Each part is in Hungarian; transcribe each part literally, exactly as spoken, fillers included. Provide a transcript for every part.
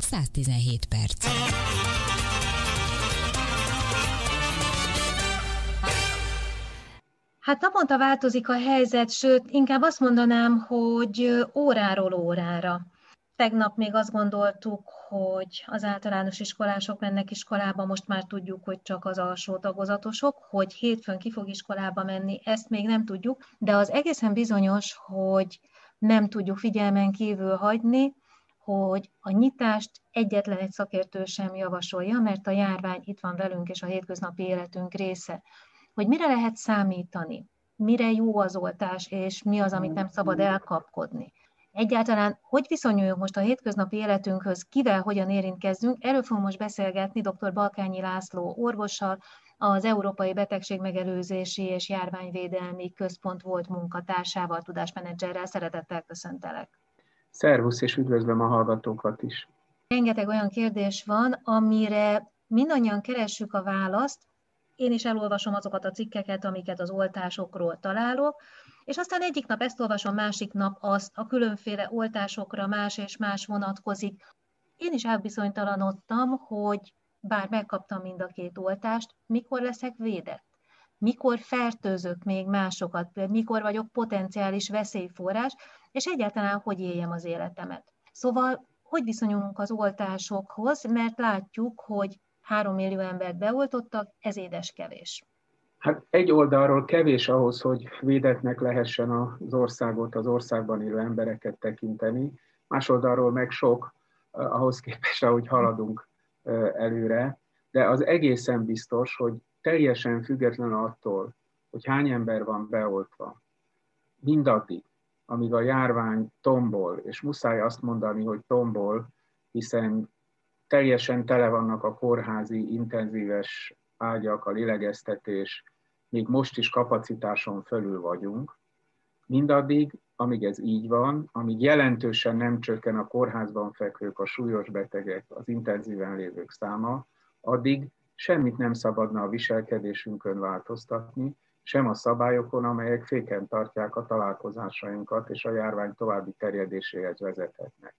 száztizenhét perc. Hát naponta változik a helyzet, sőt, inkább azt mondanám, hogy óráról órára. Tegnap még azt gondoltuk, hogy az általános iskolások mennek iskolába, most már tudjuk, hogy csak az alsó tagozatosok, hogy hétfőn ki fog iskolába menni, ezt még nem tudjuk, de az egészen bizonyos, hogy nem tudjuk figyelmen kívül hagyni, hogy a nyitást egyetlen egy szakértő sem javasolja, mert a járvány itt van velünk, és a hétköznapi életünk része. Hogy mire lehet számítani, mire jó az oltás, és mi az, amit nem szabad elkapkodni. Egyáltalán hogy viszonyuljunk most a hétköznapi életünkhöz, kivel hogyan érintkezzünk, erről fogunk most beszélgetni dr. Balkányi László orvossal, az Európai Betegségmegelőzési és Járványvédelmi Központ volt munkatársával, tudásmenedzserrel. Szeretettel köszöntelek. Szervusz, és üdvözlöm a hallgatókat is. Rengeteg olyan kérdés van, amire mindannyian keressük a választ. Én is elolvasom azokat a cikkeket, amiket az oltásokról találok, és aztán egyik nap ezt olvasom, másik nap azt, a különféle oltásokra más és más vonatkozik. Én is elbizonytalanodtam, hogy bár megkaptam mind a két oltást, mikor leszek védett, mikor fertőzök még másokat, mikor vagyok potenciális veszélyforrás, és egyáltalán hogy éljem az életemet. Szóval, hogy viszonyulunk az oltásokhoz, mert látjuk, hogy három millió embert beoltottak, ez édes kevés. Hát egy oldalról kevés ahhoz, hogy védettnek lehessen az országot, az országban élő embereket tekinteni, más oldalról meg sok, ahhoz képest, ahogy haladunk előre, de az egészen biztos, hogy teljesen független attól, hogy hány ember van beoltva, mindaddig, amíg a járvány tombol, és muszáj azt mondani, hogy tombol, hiszen teljesen tele vannak a kórházi, intenzíves ágyak, a lélegeztetés, még most is kapacitáson fölül vagyunk. Mindaddig, amíg ez így van, amíg jelentősen nem csökken a kórházban fekvők, a súlyos betegek, az intenzíven lévők száma, addig semmit nem szabadna a viselkedésünkön változtatni, sem a szabályokon, amelyek féken tartják a találkozásainkat, és a járvány további terjedéséhez vezethetnek.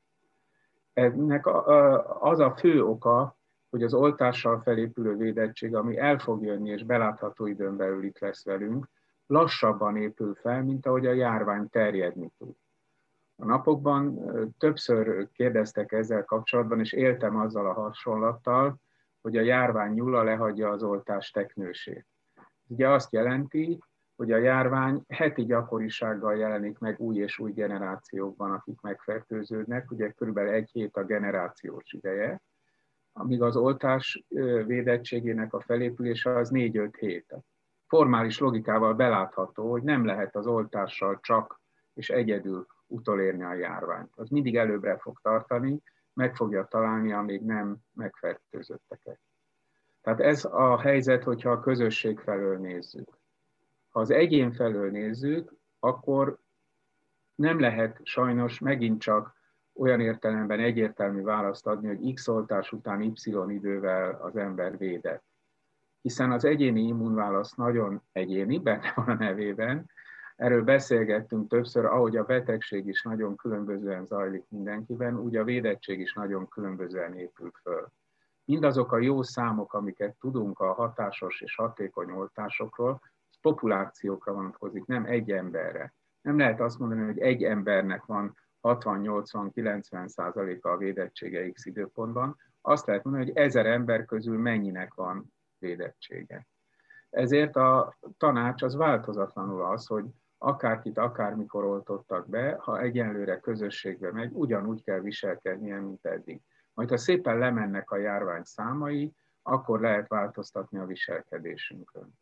Ennek az a fő oka, hogy az oltással felépülő védettség, ami el fog jönni és belátható időn belül itt lesz velünk, lassabban épül fel, mint ahogy a járvány terjedni tud. A napokban többször kérdeztek ezzel kapcsolatban, és éltem azzal a hasonlattal, hogy a járvány nyula lehagyja az oltás teknősét. Ugye azt jelenti, hogy a járvány heti gyakorisággal jelenik meg új és új generációkban, akik megfertőződnek, ugye körülbelül egy hét a generációs ideje, amíg az oltás védettségének a felépülése az négy-öt hét. Formális logikával belátható, hogy nem lehet az oltással csak és egyedül utolérni a járványt. Az mindig előbbre fog tartani, meg fogja találni a még nem megfertőzötteket. Tehát ez a helyzet, hogyha a közösség felől nézzük. Ha az egyén felől nézzük, akkor nem lehet sajnos megint csak olyan értelemben egyértelmű választ adni, hogy X oltás után Y idővel az ember védett. Hiszen az egyéni immunválasz nagyon egyéni, benne van a nevében. Erről beszélgettünk többször, ahogy a betegség is nagyon különbözően zajlik mindenkiben, úgy a védettség is nagyon különbözően épül föl. Mindazok a jó számok, amiket tudunk a hatásos és hatékony oltásokról, populációkra vonatkozik, nem egy emberre. Nem lehet azt mondani, hogy egy embernek van hatvan-nyolcvan-kilencven százaléka a védettsége X időpontban. Azt lehet mondani, hogy ezer ember közül mennyinek van védettsége. Ezért a tanács az változatlanul az, hogy akárkit akármikor oltottak be, ha egyenlőre közösségbe megy, ugyanúgy kell viselkednie, mint eddig. Majd ha szépen lemennek a járvány számai, akkor lehet változtatni a viselkedésünkön.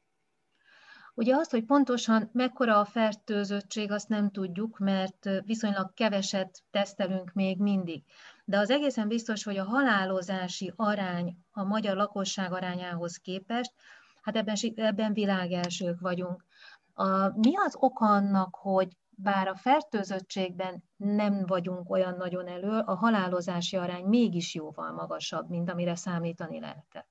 Ugye azt, hogy pontosan mekkora a fertőzöttség, azt nem tudjuk, mert viszonylag keveset tesztelünk még mindig. De az egészen biztos, hogy a halálozási arány a magyar lakosság arányához képest, hát ebben, ebben világelsők vagyunk. A, mi az oka annak, hogy bár a fertőzöttségben nem vagyunk olyan nagyon elől, a halálozási arány mégis jóval magasabb, mint amire számítani lehetett?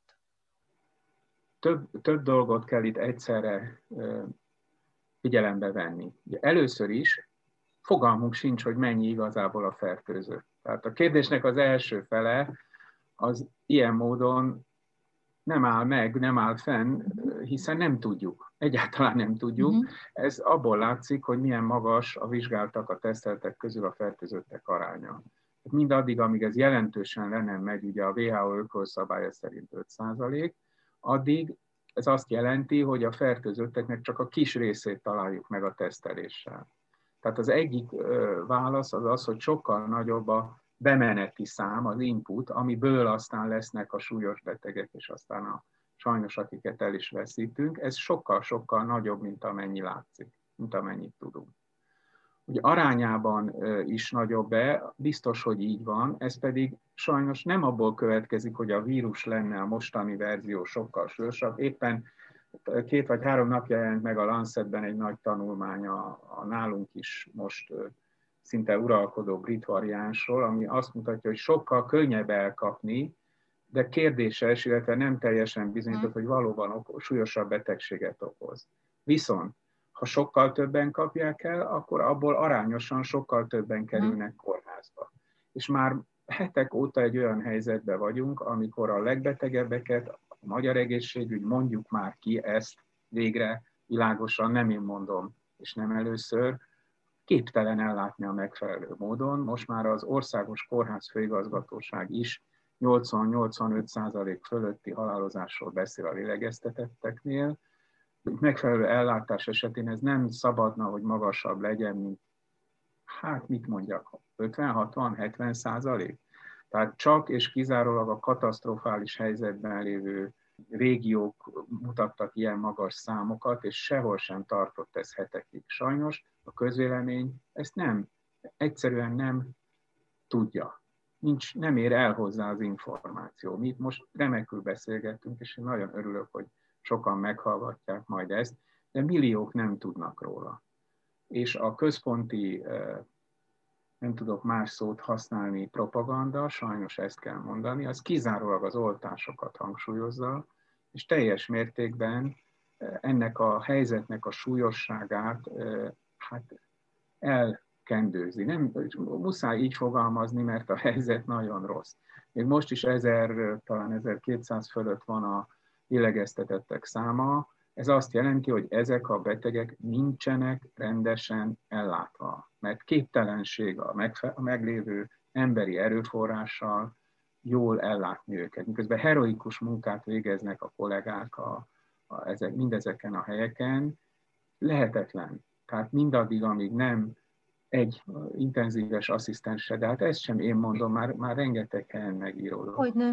Több, több dolgot kell itt egyszerre figyelembe venni. Először is fogalmunk sincs, hogy mennyi igazából a fertőzött. Tehát a kérdésnek az első fele az ilyen módon nem áll meg, nem áll fenn, hiszen nem tudjuk. Egyáltalán nem tudjuk. Uh-huh. Ez abból látszik, hogy milyen magas a vizsgáltak, a teszteltek közül a fertőzöttek aránya. Mindaddig, amíg ez jelentősen le nem megy, ugye a dupla vé há ó ökölszabálya szerint öt százalék, addig ez azt jelenti, hogy a fertőzötteknek csak a kis részét találjuk meg a teszteléssel. Tehát az egyik válasz az az, hogy sokkal nagyobb a bemeneti szám, az input, amiből aztán lesznek a súlyos betegek, és aztán a sajnos, akiket el is veszítünk. Ez sokkal-sokkal nagyobb, mint amennyi látszik, mint amennyit tudunk. Ugye arányában is nagyobb-e, biztos, hogy így van, ez pedig sajnos nem abból következik, hogy a vírus lenne a mostani verzió sokkal súlyosabb. Éppen két vagy három napja jelent meg a Lancetben egy nagy tanulmány a, a nálunk is most szinte uralkodó brit variánsról, ami azt mutatja, hogy sokkal könnyebb elkapni, de kérdéses, illetve nem teljesen bizonyított, hogy valóban okos, súlyosabb betegséget okoz. Viszont, ha sokkal többen kapják el, akkor abból arányosan sokkal többen kerülnek kórházba. És már hetek óta egy olyan helyzetben vagyunk, amikor a legbetegebbeket, a magyar egészségügy, mondjuk már ki ezt végre világosan, nem én mondom, és nem először, képtelen ellátni a megfelelő módon. Most már az Országos Kórház Főigazgatóság is nyolcvan-nyolcvanöt százalék fölötti halálozásról beszél a lélegeztetetteknél. Megfelelő ellátás esetén ez nem szabadna, hogy magasabb legyen, mint, hát mit mondjak, ötven-hatvan-hetven százalék. Tehát csak és kizárólag a katasztrofális helyzetben lévő régiók mutattak ilyen magas számokat, és sehol sem tartott ez hetekig. Sajnos a közvélemény ezt nem, egyszerűen nem tudja. Nincs, nem ér el hozzá az információ. Mi itt most remekül beszélgettünk, és én nagyon örülök, hogy sokan meghallgatják majd ezt, de milliók nem tudnak róla. És a központi, nem tudok más szót használni, propaganda, sajnos ezt kell mondani, az kizárólag az oltásokat hangsúlyozza, és teljes mértékben ennek a helyzetnek a súlyosságát hát elkendőzi. Nem, muszáj így fogalmazni, mert a helyzet nagyon rossz. Még most is ezer, talán ezerkétszáz fölött van a lélegeztetettek száma. Ez azt jelenti, hogy ezek a betegek nincsenek rendesen ellátva, mert képtelenség a, megfe- a meglévő emberi erőforrással jól ellátni őket. Miközben heroikus munkát végeznek a kollégák a, a, ezek, mindezeken a helyeken, lehetetlen. Tehát mindaddig, amíg nem egy intenzíves asszisztense, de hát ezt sem én mondom, már, már rengeteg helyen megíródott. Hogyne.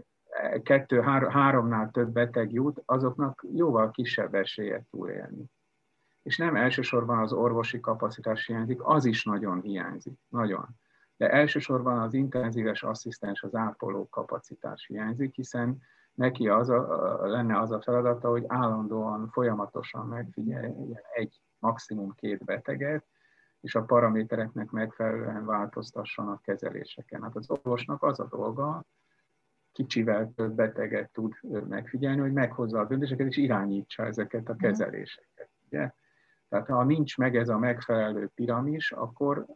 Kettő, három, háromnál több beteg jut, azoknak jóval kisebb esélye túlélni. És nem elsősorban az orvosi kapacitás hiányzik, az is nagyon hiányzik, nagyon. De elsősorban az intenzíves asszisztens, az ápoló kapacitás hiányzik, hiszen neki az a, lenne az a feladata, hogy állandóan, folyamatosan megfigyeljen egy, maximum két beteget, és a paramétereknek megfelelően változtasson a kezeléseken. Hát az orvosnak az a dolga, kicsivel több beteget tud megfigyelni, hogy meghozza a döntéseket, és irányítsa ezeket a kezeléseket. Ugye? Tehát ha nincs meg ez a megfelelő piramis, akkor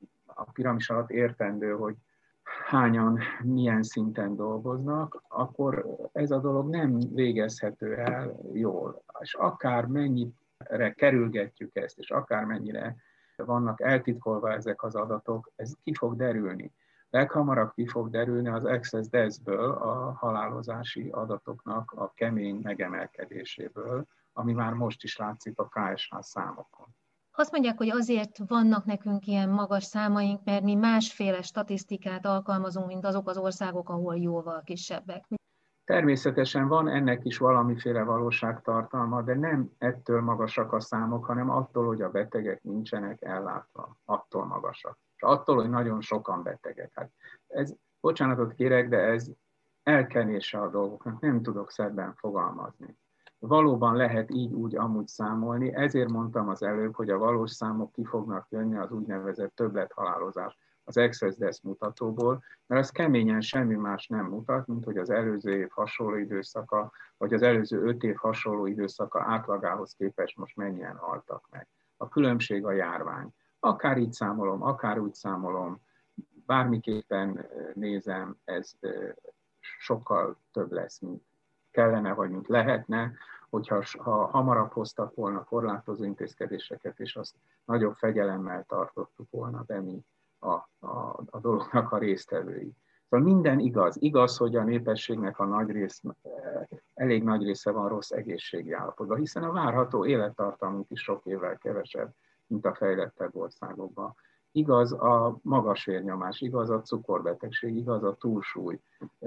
a piramis alatt értendő, hogy hányan, milyen szinten dolgoznak, akkor ez a dolog nem végezhető el jól. És akár mennyire kerülgetjük ezt, és akár mennyire vannak eltitkolva ezek az adatok, ez ki fog derülni. Leghamarabb ki fog derülni az Access Deaths-ből, a halálozási adatoknak a kemény megemelkedéséből, ami már most is látszik a ká es há számokon. Azt mondják, hogy azért vannak nekünk ilyen magas számaink, mert mi másféle statisztikát alkalmazunk, mint azok az országok, ahol jóval kisebbek. Természetesen van ennek is valamiféle valóságtartalma, de nem ettől magasak a számok, hanem attól, hogy a betegek nincsenek ellátva. Attól magasak. És attól, hogy nagyon sokan betegek. Hát ez, bocsánatot kérek, de ez elkenése a dolgoknak, nem tudok szebben fogalmazni. Valóban lehet így, úgy, amúgy számolni, ezért mondtam az előbb, hogy a valós számok ki fognak jönni az úgynevezett többlethalálozás, az Access Deaths mutatóból, mert az keményen semmi más nem mutat, mint hogy az előző év hasonló időszaka, vagy az előző öt év hasonló időszaka átlagához képest most mennyien haltak meg. A különbség a járvány. Akár így számolom, akár úgy számolom, bármiképpen nézem, ez sokkal több lesz, mint kellene, vagy mint lehetne, hogyha ha hamarabb hoztak volna korlátozó intézkedéseket, és azt nagyobb fegyelemmel tartottuk volna be mi a, a, a dolognak a résztvevői. Szóval minden igaz. Igaz, hogy a népességnek a nagy rész, elég nagy része van rossz egészségi állapotban, hiszen a várható élettartamunk is sok évvel kevesebb, mint a fejlettebb országokban. Igaz a magas vérnyomás, igaz a cukorbetegség, igaz a túlsúly.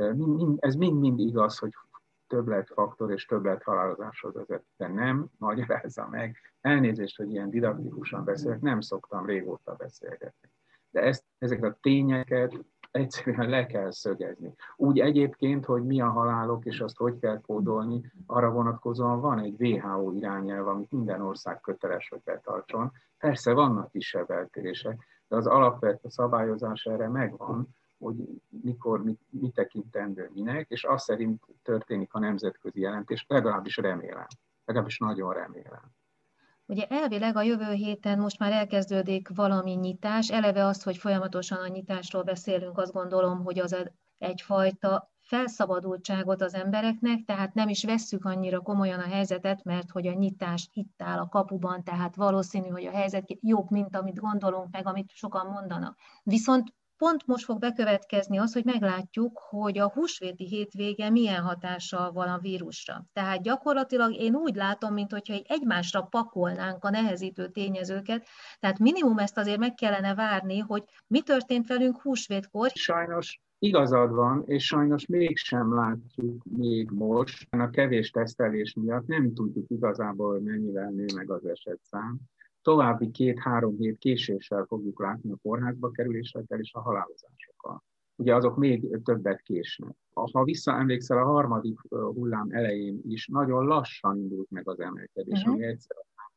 Ez mind-mind igaz, hogy többletfaktor és többlethalálozáshoz vezet, de nem magyarázza meg. Elnézést, hogy ilyen didaktikusan beszélek, nem szoktam régóta beszélgetni. De ezt, ezeket a tényeket egyszerűen le kell szögezni. Úgy egyébként, hogy mi a halálok, és azt hogy kell kódolni, arra vonatkozóan van egy vé há ó irányelv, amit minden ország köteles, hogy betartson. Persze vannak kisebb eltérések, de az alapvető szabályozás erre megvan, hogy mikor, mit, mit tekintendő minek, és az szerint történik a nemzetközi jelentés, legalábbis remélem, legalábbis nagyon remélem. Ugye elvileg a jövő héten most már elkezdődik valami nyitás, eleve az, hogy folyamatosan a nyitásról beszélünk, azt gondolom, hogy az egyfajta felszabadultságot az embereknek, tehát nem is vesszük annyira komolyan a helyzetet, mert hogy a nyitás itt áll a kapuban, tehát valószínű, hogy a helyzet jobb, mint amit gondolunk meg, amit sokan mondanak. Viszont pont most fog bekövetkezni az, hogy meglátjuk, hogy a húsvéti hétvége milyen hatással van a vírusra. Tehát gyakorlatilag én úgy látom, mintha egymásra pakolnánk a nehezítő tényezőket, tehát minimum ezt azért meg kellene várni, hogy mi történt velünk húsvétkor. Sajnos igazad van, és sajnos mégsem látjuk még most, a kevés tesztelés miatt nem tudjuk igazából, hogy mennyivel nő meg az esetszám. További két-három hét késéssel fogjuk látni a kórházba kerülésekkel és a halálozásokkal. Ugye azok még többet késnek. Ha visszaemlékszel, a harmadik hullám elején is nagyon lassan indult meg az emelkedés, uh-huh. ami egyszer,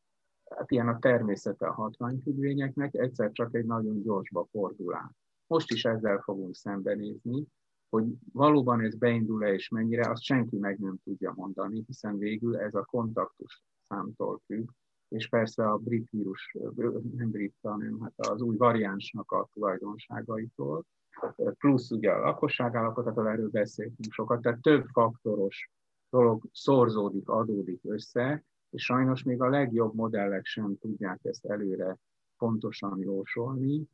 hát ilyen a természete a hatványfüggvényeknek, egyszer csak egy nagyon gyorsba fordul át. Most is ezzel fogunk szembenézni, hogy valóban ez beindul-e és mennyire, azt senki meg nem tudja mondani, hiszen végül ez a kontaktus számtól függ, és persze a brit vírus, nem brit, hanem hát az új variánsnak a tulajdonságaitól, plusz ugye a lakosságállapotától, erről beszéltünk sokat, tehát több faktoros dolog szorzódik, adódik össze, és sajnos még a legjobb modellek sem tudják ezt előre pontosan jósolni,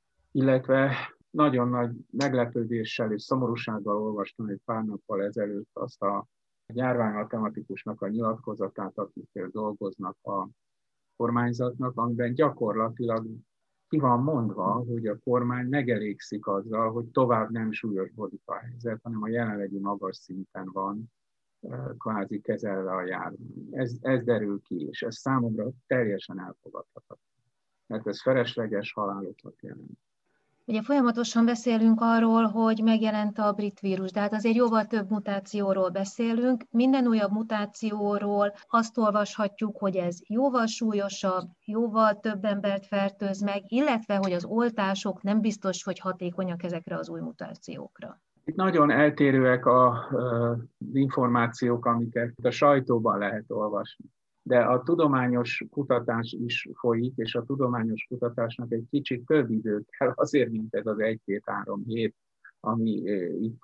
illetve nagyon nagy meglepődéssel és szomorúsággal olvastam egy pár nappal ezelőtt azt a járványmatematikusnak a nyilatkozatát, akik dolgoznak a kormányzatnak, amiben gyakorlatilag ki van mondva, hogy a kormány megelégszik azzal, hogy tovább nem súlyosbodik a helyzet, hanem a jelenlegi magas szinten van kvázi kezelve a járvány. Ez, ez derül ki, és ez számomra teljesen elfogadhatatlan, mert ez felesleges halálokat jelent. Ugye folyamatosan beszélünk arról, hogy megjelent a brit vírus, de hát azért jóval több mutációról beszélünk. Minden újabb mutációról azt olvashatjuk, hogy ez jóval súlyosabb, jóval több embert fertőz meg, illetve hogy az oltások nem biztos, hogy hatékonyak ezekre az új mutációkra. Itt nagyon eltérőek az információk, amiket a sajtóban lehet olvasni. De a tudományos kutatás is folyik, és a tudományos kutatásnak egy kicsit több idő kell azért, mint ez az egy-két-három hét, ami itt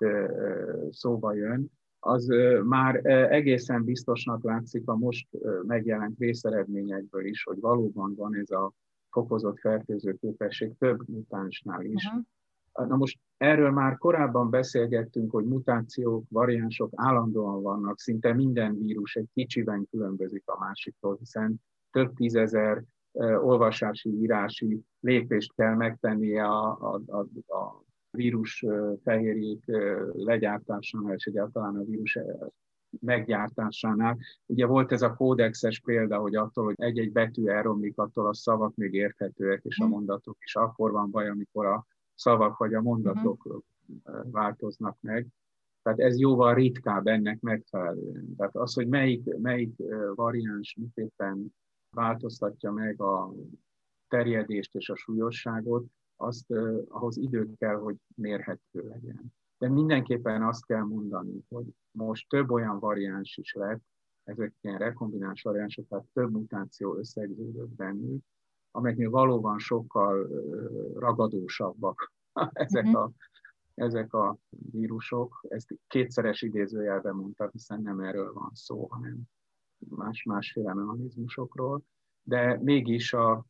szóba jön. Az már egészen biztosnak látszik a most megjelent részeredményekből is, hogy valóban van ez a fokozott fertőző képesség több mutánsnál is. Uh-huh. Na most erről már korábban beszélgettünk, hogy mutációk, variánsok állandóan vannak, szinte minden vírus egy kicsiben különbözik a másiktól, hiszen több tízezer uh, olvasási, írási lépést kell megtennie a, a, a, a vírus uh, fehérjék uh, legyártásánál, és egyáltalán a vírus uh, meggyártásánál. Ugye volt ez a kódexes példa, hogy attól, hogy egy-egy betű elromlik, attól a szavak még érthetőek, és a mondatok is akkor van baj, amikor a szavak vagy a mondatok uh-huh. változnak meg. Tehát ez jóval ritkább ennek megfelelően. Tehát az, hogy melyik, melyik variáns miképpen változtatja meg a terjedést és a súlyosságot, azt uh, ahhoz idő kell, hogy mérhető legyen. De mindenképpen azt kell mondani, hogy most több olyan variáns is lett, ezek ilyen rekombináns variánsok, tehát több mutáció összegződött bennük, amelyeknél valóban sokkal ragadósabbak ezek a ezek a vírusok, ezt kétszeres idézőjelben mondtam, hiszen nem erről van szó, hanem más-másféle mechanizmusokról, de mégis a,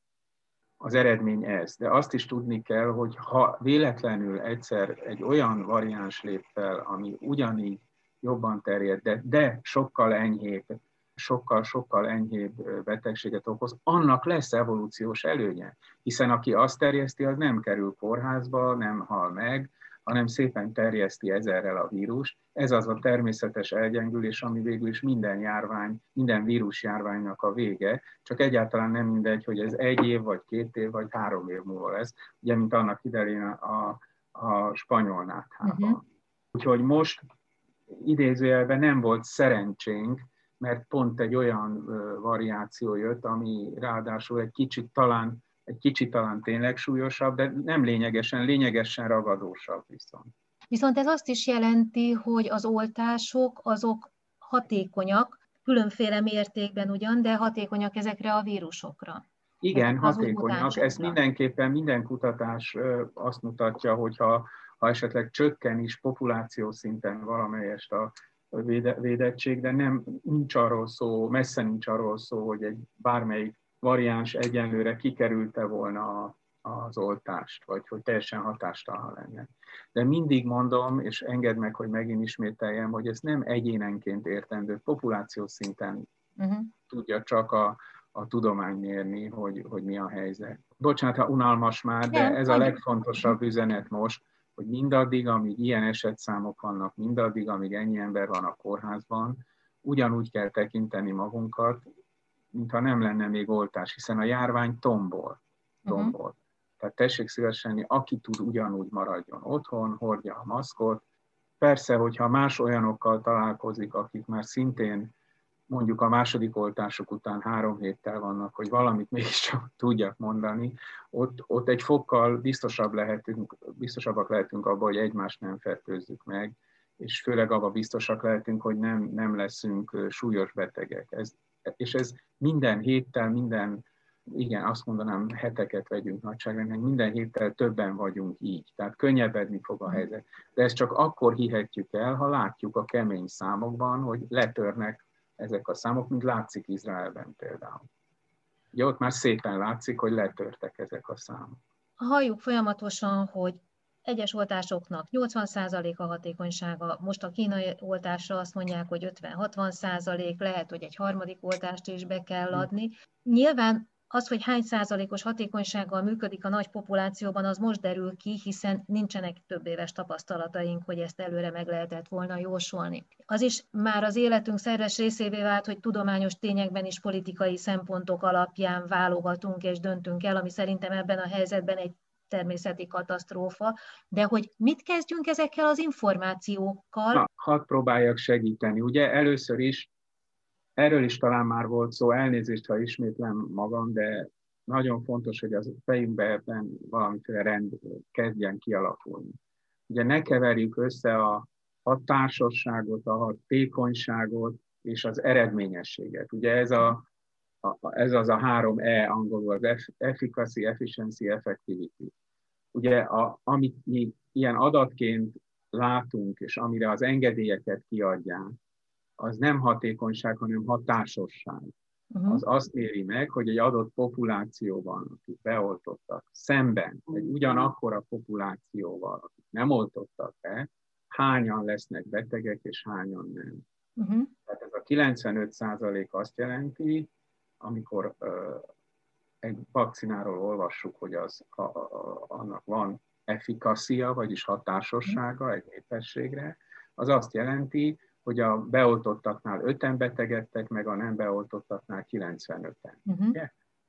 az eredmény ez. De azt is tudni kell, hogy ha véletlenül egyszer egy olyan variáns lép fel, ami ugyanígy jobban terjed, de, de sokkal enyhébb, sokkal-sokkal enyhébb betegséget okoz, annak lesz evolúciós előnye. Hiszen aki azt terjeszti, az nem kerül kórházba, nem hal meg, hanem szépen terjeszti ezerrel a vírus. Ez az a természetes elgyengülés, ami végül is minden járvány, minden vírusjárványnak a vége, csak egyáltalán nem mindegy, hogy ez egy év, vagy két év, vagy három év múlva lesz, ugye, mint annak idején a, a spanyol náthában. Uh-huh. Úgyhogy most idézőjelben nem volt szerencsénk, mert pont egy olyan variáció jött, ami ráadásul egy kicsit talán, egy kicsit talán tényleg súlyosabb, de nem lényegesen, lényegesen ragadósabb viszont. Viszont ez azt is jelenti, hogy az oltások azok hatékonyak, különféle mértékben ugyan, de hatékonyak ezekre a vírusokra. Igen, hatékonyak. Ez mindenképpen minden kutatás azt mutatja, hogyha ha esetleg csökken is populáció szinten valamelyest a védettség, de nem, nincs arról szó, messze nincs arról szó, hogy egy bármelyik variáns egyenlőre kikerülte volna az oltást, vagy hogy teljesen hatástalan lenne. De mindig mondom, és engedd meg, hogy megint ismételjem, hogy ez nem egyénenként értendő, populáció szinten uh-huh. tudja csak a, a tudomány mérni, hogy, hogy mi a helyzet. Bocsánat, ha unalmas már, de ez a legfontosabb üzenet most, hogy mindaddig, amíg ilyen esetszámok vannak, mindaddig, amíg ennyi ember van a kórházban, ugyanúgy kell tekinteni magunkat, mintha nem lenne még oltás, hiszen a járvány tombol. tombol. Uh-huh. Tehát tessék szívesen, aki tud, ugyanúgy maradjon otthon, hordja a maszkot. Persze, hogyha más olyanokkal találkozik, akik már szintén mondjuk a második oltások után három héttel vannak, hogy valamit mégiscsak tudjak mondani, ott, ott egy fokkal biztosabb lehetünk, biztosabbak lehetünk abban, hogy egymást nem fertőzzük meg, és főleg abban biztosak lehetünk, hogy nem, nem leszünk súlyos betegek. Ez, és ez minden héttel, minden, igen, azt mondanám, heteket vegyünk nagyságrendnek, minden héttel többen vagyunk így, tehát könnyebbedni fog a helyzet. De ezt csak akkor hihetjük el, ha látjuk a kemény számokban, hogy letörnek ezek a számok, mint látszik Izraelben például. Ugye ott már szépen látszik, hogy letörtek ezek a számok. Halljuk folyamatosan, hogy egyes oltásoknak nyolcvan százalék a hatékonysága, most a kínai oltásra azt mondják, hogy ötven-hatvan százalék, lehet, hogy egy harmadik oltást is be kell adni. Nyilván az, hogy hány százalékos hatékonysággal működik a nagy populációban, az most derül ki, hiszen nincsenek több éves tapasztalataink, hogy ezt előre meg lehetett volna jósolni. Az is már az életünk szerves részévé vált, hogy tudományos tényekben is politikai szempontok alapján válogatunk és döntünk el, ami szerintem ebben a helyzetben egy természeti katasztrófa, de hogy mit kezdjünk ezekkel az információkkal? Na, hadd próbáljak segíteni. Ugye először is erről is talán már volt szó, elnézést, ha ismétlem magam, de nagyon fontos, hogy az fejünkben ebben valamiféle rend kezdjen kialakulni. Ugye ne keverjük össze a hatásosságot, a hatékonyságot és az eredményességet. Ugye ez, a, a, ez az a három E angolul, az efficacy, efficiency, effectivity. Ugye a, amit mi ilyen adatként látunk, és amire az engedélyeket kiadják, az nem hatékonyság, hanem hatásosság. Uh-huh. Az azt méri meg, hogy egy adott populációban, akik beoltottak, szemben egy ugyanakkora populációval, akik nem oltottak be, hányan lesznek betegek, és hányan nem. Uh-huh. Tehát ez a kilencvenöt százalék azt jelenti, amikor uh, egy vakcináról olvassuk, hogy az, a, a, annak van efficacia, vagyis hatásossága egy népességre, az azt jelenti, hogy a beoltottaknál öten betegedtek, meg a nem beoltottaknál kilencvenöten. Uh-huh.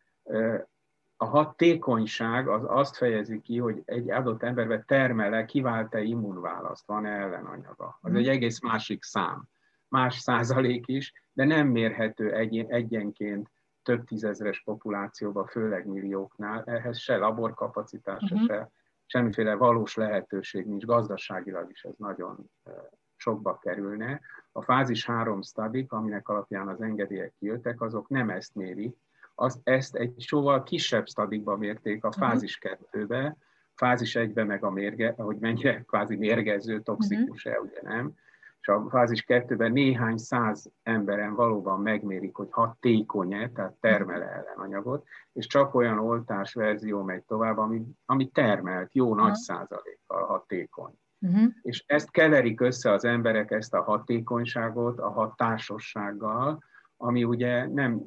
A hatékonyság az azt fejezi ki, hogy egy adott emberbe termel-e, kivált-e immunválaszt, van-e ellenanyaga. Az uh-huh. egy egész másik szám, más százalék is, de nem mérhető egy, egyenként több tízezres populációba, főleg millióknál. Ehhez se laborkapacitás, uh-huh. se semmiféle valós lehetőség nincs, gazdaságilag is ez nagyon sokba kerülne. A fázis három sztadik, aminek alapján az engedélyek kijöttek, azok nem ezt mérik. Az, ezt egy sokkal kisebb sztadikba mérték, a fázis kettőbe, fázis egybe meg a mérge, hogy mennyire kvázi mérgező, toxikus-e, ugye nem? És a fázis kettőben néhány száz emberen valóban megmérik, hogy hatékony-e, tehát termel-e ellenanyagot, és csak olyan oltásverzió megy tovább, ami, ami termelt jó nagy százalékkal hatékony. Uh-huh. És ezt keverik össze az emberek, ezt a hatékonyságot a hatásossággal, ami ugye nem,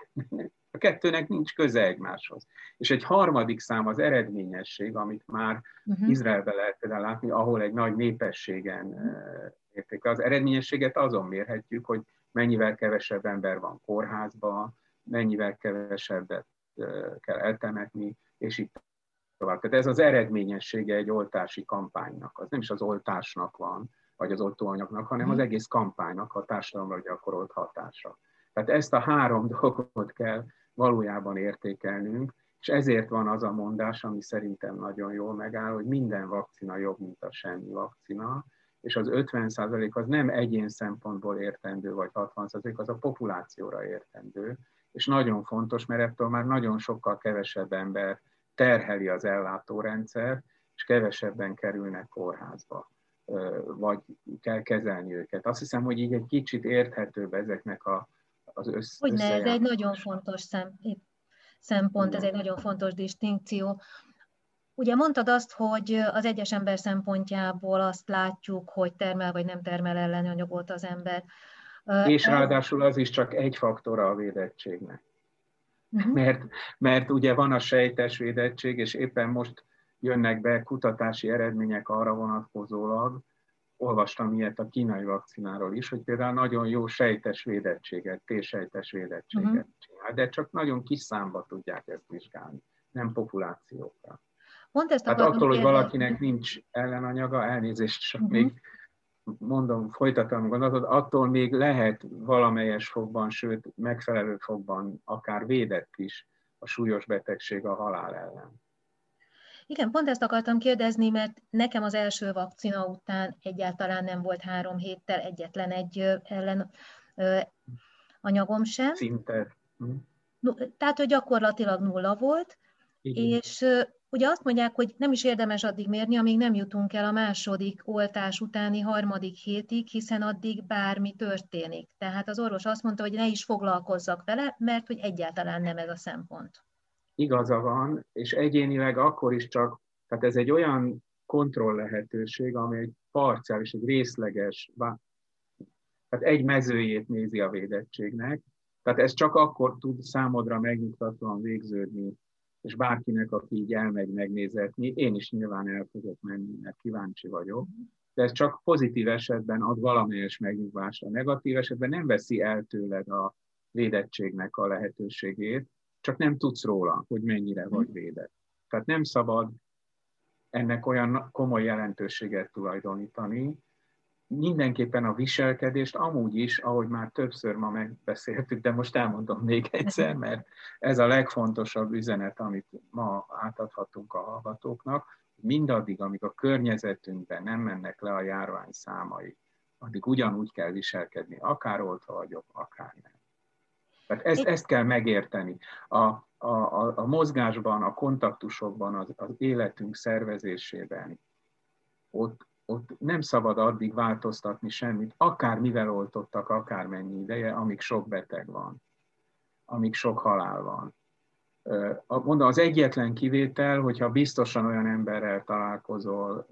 a kettőnek nincs köze egymáshoz. És egy harmadik szám az eredményesség, amit már uh-huh. Izraelben lehet például látni, ahol egy nagy népességen érték. Az eredményességet azon mérhetjük, hogy mennyivel kevesebb ember van kórházban, mennyivel kevesebbet kell eltemetni, és itt tovább. Tehát ez az eredményessége egy oltási kampánynak. Az nem is az oltásnak van, vagy az oltóanyagnak, hanem az egész kampánynak, a társadalomra gyakorolt hatása. Tehát ezt a három dolgot kell valójában értékelnünk, és ezért van az a mondás, ami szerintem nagyon jól megáll, hogy minden vakcina jobb, mint a semmi vakcina, és az ötven százalék az nem egyén szempontból értendő, vagy hatvan százalék, az a populációra értendő, és nagyon fontos, mert ettől már nagyon sokkal kevesebb ember terheli az ellátórendszer, és kevesebben kerülnek kórházba, vagy kell kezelni őket. Azt hiszem, hogy így egy kicsit érthetőbb ezeknek a, az össz, Hogyne, ez egy nagyon fontos szem, szempont, ez egy nagyon fontos distinkció. Ugye mondtad azt, hogy az egyes ember szempontjából azt látjuk, hogy termel vagy nem termel ellenanyagot az ember. És ráadásul az is csak egy faktora a védettségnek. Uh-huh. Mert, mert ugye van a sejtes védettség, és éppen most jönnek be kutatási eredmények arra vonatkozólag, olvastam ilyet a kínai vakcináról is, hogy például nagyon jó sejtes védettséget, T-sejtes védettséget uh-huh. csinál, de csak nagyon kis számba tudják ezt vizsgálni, nem populációkra. Hát attól, hogy valakinek nincs ellenanyaga, elnézést, csak uh-huh. még mondom, folytatom a gondolatot, attól még lehet valamelyes fokban, sőt megfelelő fokban akár védett is a súlyos betegség a halál ellen. Igen, pont ezt akartam kérdezni, mert nekem az első vakcina után egyáltalán nem volt három héttel egyetlen egy ellen anyagom sem. Szinte. Hm. Tehát, hogy gyakorlatilag nulla volt, igen. És ugye azt mondják, hogy nem is érdemes addig mérni, amíg nem jutunk el a második oltás utáni harmadik hétig, hiszen addig bármi történik. Tehát az orvos azt mondta, hogy ne is foglalkozzak vele, mert hogy egyáltalán nem ez a szempont. Igaza van, és egyénileg akkor is csak, tehát ez egy olyan kontroll lehetőség, ami egy parciális, egy részleges, tehát egy mezőjét nézi a védettségnek, tehát ez csak akkor tud számodra megnyugtatóan végződni, és bárkinek, aki így elmegy megnézetni, én is nyilván el fogok menni, mert kíváncsi vagyok, de ez csak pozitív esetben ad valamelyes megnyugvásra. Negatív esetben nem veszi el tőled a védettségnek a lehetőségét, csak nem tudsz róla, hogy mennyire vagy védett. Tehát nem szabad ennek olyan komoly jelentőséget tulajdonítani. Mindenképpen a viselkedést amúgy is, ahogy már többször ma megbeszéltük, de most elmondom még egyszer, mert ez a legfontosabb üzenet, amit ma átadhatunk a hallgatóknak, mindaddig, amíg a környezetünkben nem mennek le a járvány számai, addig ugyanúgy kell viselkedni, akár oltva vagyok, akár nem. Tehát ezt, ezt kell megérteni. A, a, a, a mozgásban, a kontaktusokban, az, az életünk szervezésében, ott, ott nem szabad addig változtatni semmit, akár mivel oltottak, akár mennyi ideje, amíg sok beteg van, amíg sok halál van. Mondom, az egyetlen kivétel, hogyha biztosan olyan emberrel találkozol,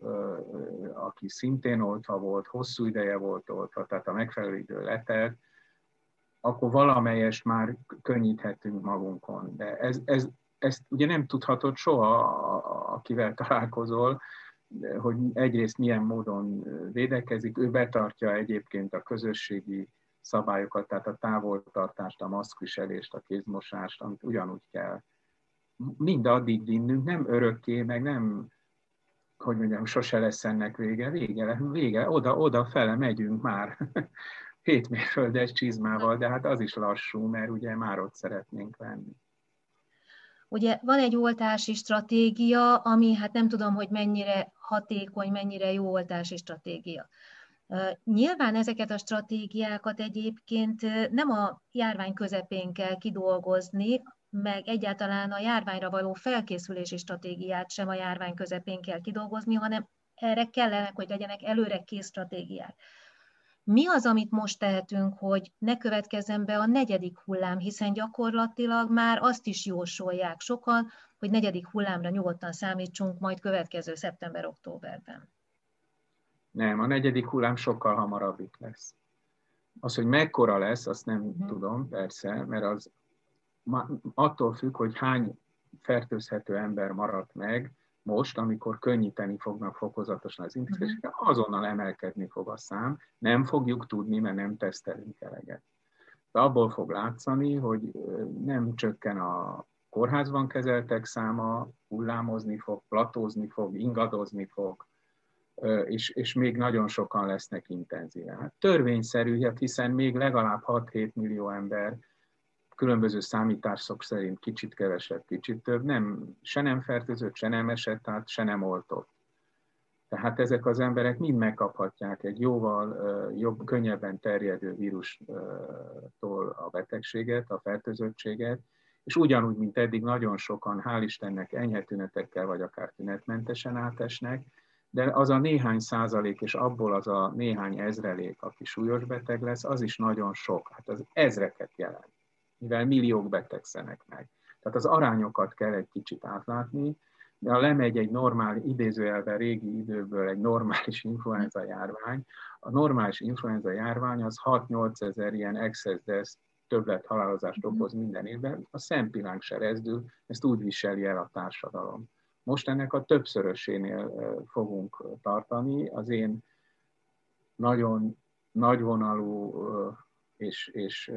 aki szintén oltva volt, hosszú ideje volt oltva, tehát a megfelelő idő letelt, akkor valamelyest már könnyíthetünk magunkon. De ez, ez, ezt ugye nem tudhatod soha, akivel találkozol, hogy egyrészt milyen módon védekezik. Ő betartja egyébként a közösségi szabályokat, tehát a távoltartást, a maszkviselést, a kézmosást, amit ugyanúgy kell mindaddig vinnünk, nem örökké, meg nem, hogy mondjam, sose lesz ennek vége, vége, vége, oda, oda fele megyünk már hét mérföldes csizmával, de hát az is lassú, mert ugye már ott szeretnénk lenni. Ugye van egy oltási stratégia, ami hát nem tudom, hogy mennyire hatékony, mennyire jó oltási stratégia. Nyilván ezeket a stratégiákat egyébként nem a járvány közepén kell kidolgozni, meg egyáltalán a járványra való felkészülési stratégiát sem a járvány közepén kell kidolgozni, hanem erre kellenek, hogy legyenek előre kész stratégiák. Mi az, amit most tehetünk, hogy ne következzen be a negyedik hullám, hiszen gyakorlatilag már azt is jósolják sokan, hogy negyedik hullámra nyugodtan számítsunk majd következő szeptember-októberben. Nem, a negyedik hullám sokkal hamarabb itt lesz. Az, hogy mekkora lesz, azt nem uh-huh. tudom, persze, mert az attól függ, hogy hány fertőzhető ember maradt meg most, amikor könnyíteni fognak fokozatosan az intézkedéseket, uh-huh. azonnal emelkedni fog a szám. Nem fogjuk tudni, mert nem tesztelünk eleget. De abból fog látszani, hogy nem csökken a kórházban kezeltek száma, hullámozni fog, platózni fog, ingadozni fog, és, és még nagyon sokan lesznek intenzíven. Hát törvényszerű, hiszen még legalább hat-hét millió ember különböző számítások szerint kicsit kevesebb, kicsit több, nem, se nem fertőzött, se nem esett át, se nem oltott. Tehát ezek az emberek mind megkaphatják egy jóval uh, jobb, könnyebben terjedő vírustól a betegséget, a fertőzöttséget, és ugyanúgy, mint eddig nagyon sokan, hál' Istennek enyhe tünetekkel, vagy akár tünetmentesen átesnek, de az a néhány százalék, és abból az a néhány ezrelék, aki súlyos beteg lesz, az is nagyon sok. Hát az ezreket jelent, mivel milliók betegszenek meg. Tehát az arányokat kell egy kicsit átlátni, de ha lemegy egy normál, idézőjelben régi időből egy normális influenza járvány, a normális influenza járvány az hat-nyolc ezer ilyen excess death, többlet halálozást okoz minden évben, a szempillánk se rezdül, ezt úgy viseli el a társadalom. Most ennek a többszörösénél fogunk tartani. Az én nagyon nagyvonalú és, és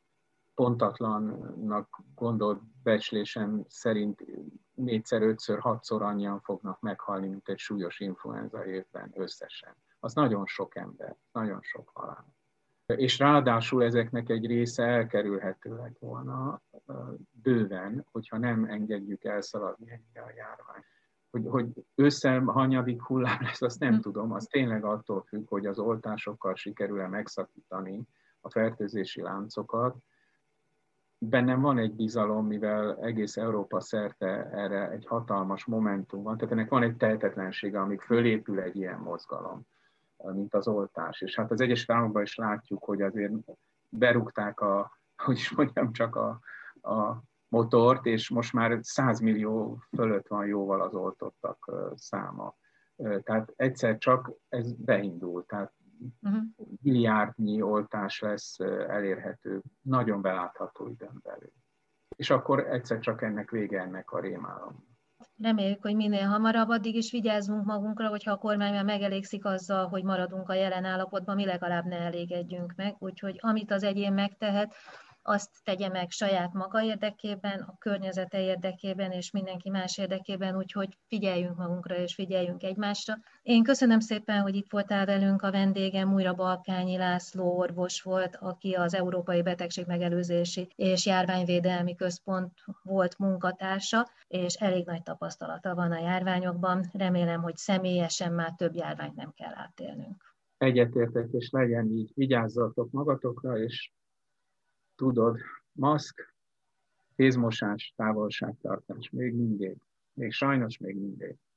pontatlannak gondolt becslésem szerint négyszer, ötször, hatszor annyian fognak meghalni, mint egy súlyos influenza évben összesen. Az nagyon sok ember, nagyon sok halál. És ráadásul ezeknek egy része elkerülhető lett volna bőven, hogyha nem engedjük elszaladni ennyire a járvány. Hogy, hogy ősszel hanyadik hullám lesz, azt nem tudom, az tényleg attól függ, hogy az oltásokkal sikerül-e megszakítani a fertőzési láncokat. Bennem van egy bizalom, mivel egész Európa szerte erre egy hatalmas momentum van, tehát ennek van egy tehetetlensége, amíg fölépül egy ilyen mozgalom, mint az oltás. És hát az Egyesült Államokban is látjuk, hogy azért berúgták a, hogy is mondjam, csak a, a motort, és most már száz millió fölött van jóval az oltottak száma. Tehát egyszer csak ez beindul, tehát uh-huh. milliárdnyi oltás lesz elérhető, nagyon belátható időn belül. És akkor egyszer csak ennek vége ennek a rémálom. Reméljük, hogy minél hamarabb, addig is vigyázzunk magunkra, hogyha a kormány már megelégszik azzal, hogy maradunk a jelen állapotban, mi legalább ne elégedjünk meg. Úgyhogy amit az egyén megtehet, azt tegye meg saját maga érdekében, a környezete érdekében és mindenki más érdekében, úgyhogy figyeljünk magunkra és figyeljünk egymásra. Én köszönöm szépen, hogy itt voltál velünk, a vendégem újra Balkányi László orvos volt, aki az Európai Betegségmegelőzési és Járványvédelmi Központ volt munkatársa, és elég nagy tapasztalata van a járványokban. Remélem, hogy személyesen már több járványt nem kell átélnünk. Egyetértek, és legyen így. Vigyázzatok magatokra, és tudod, maszk, kézmosás, távolságtartás, még mindig, még sajnos még mindig.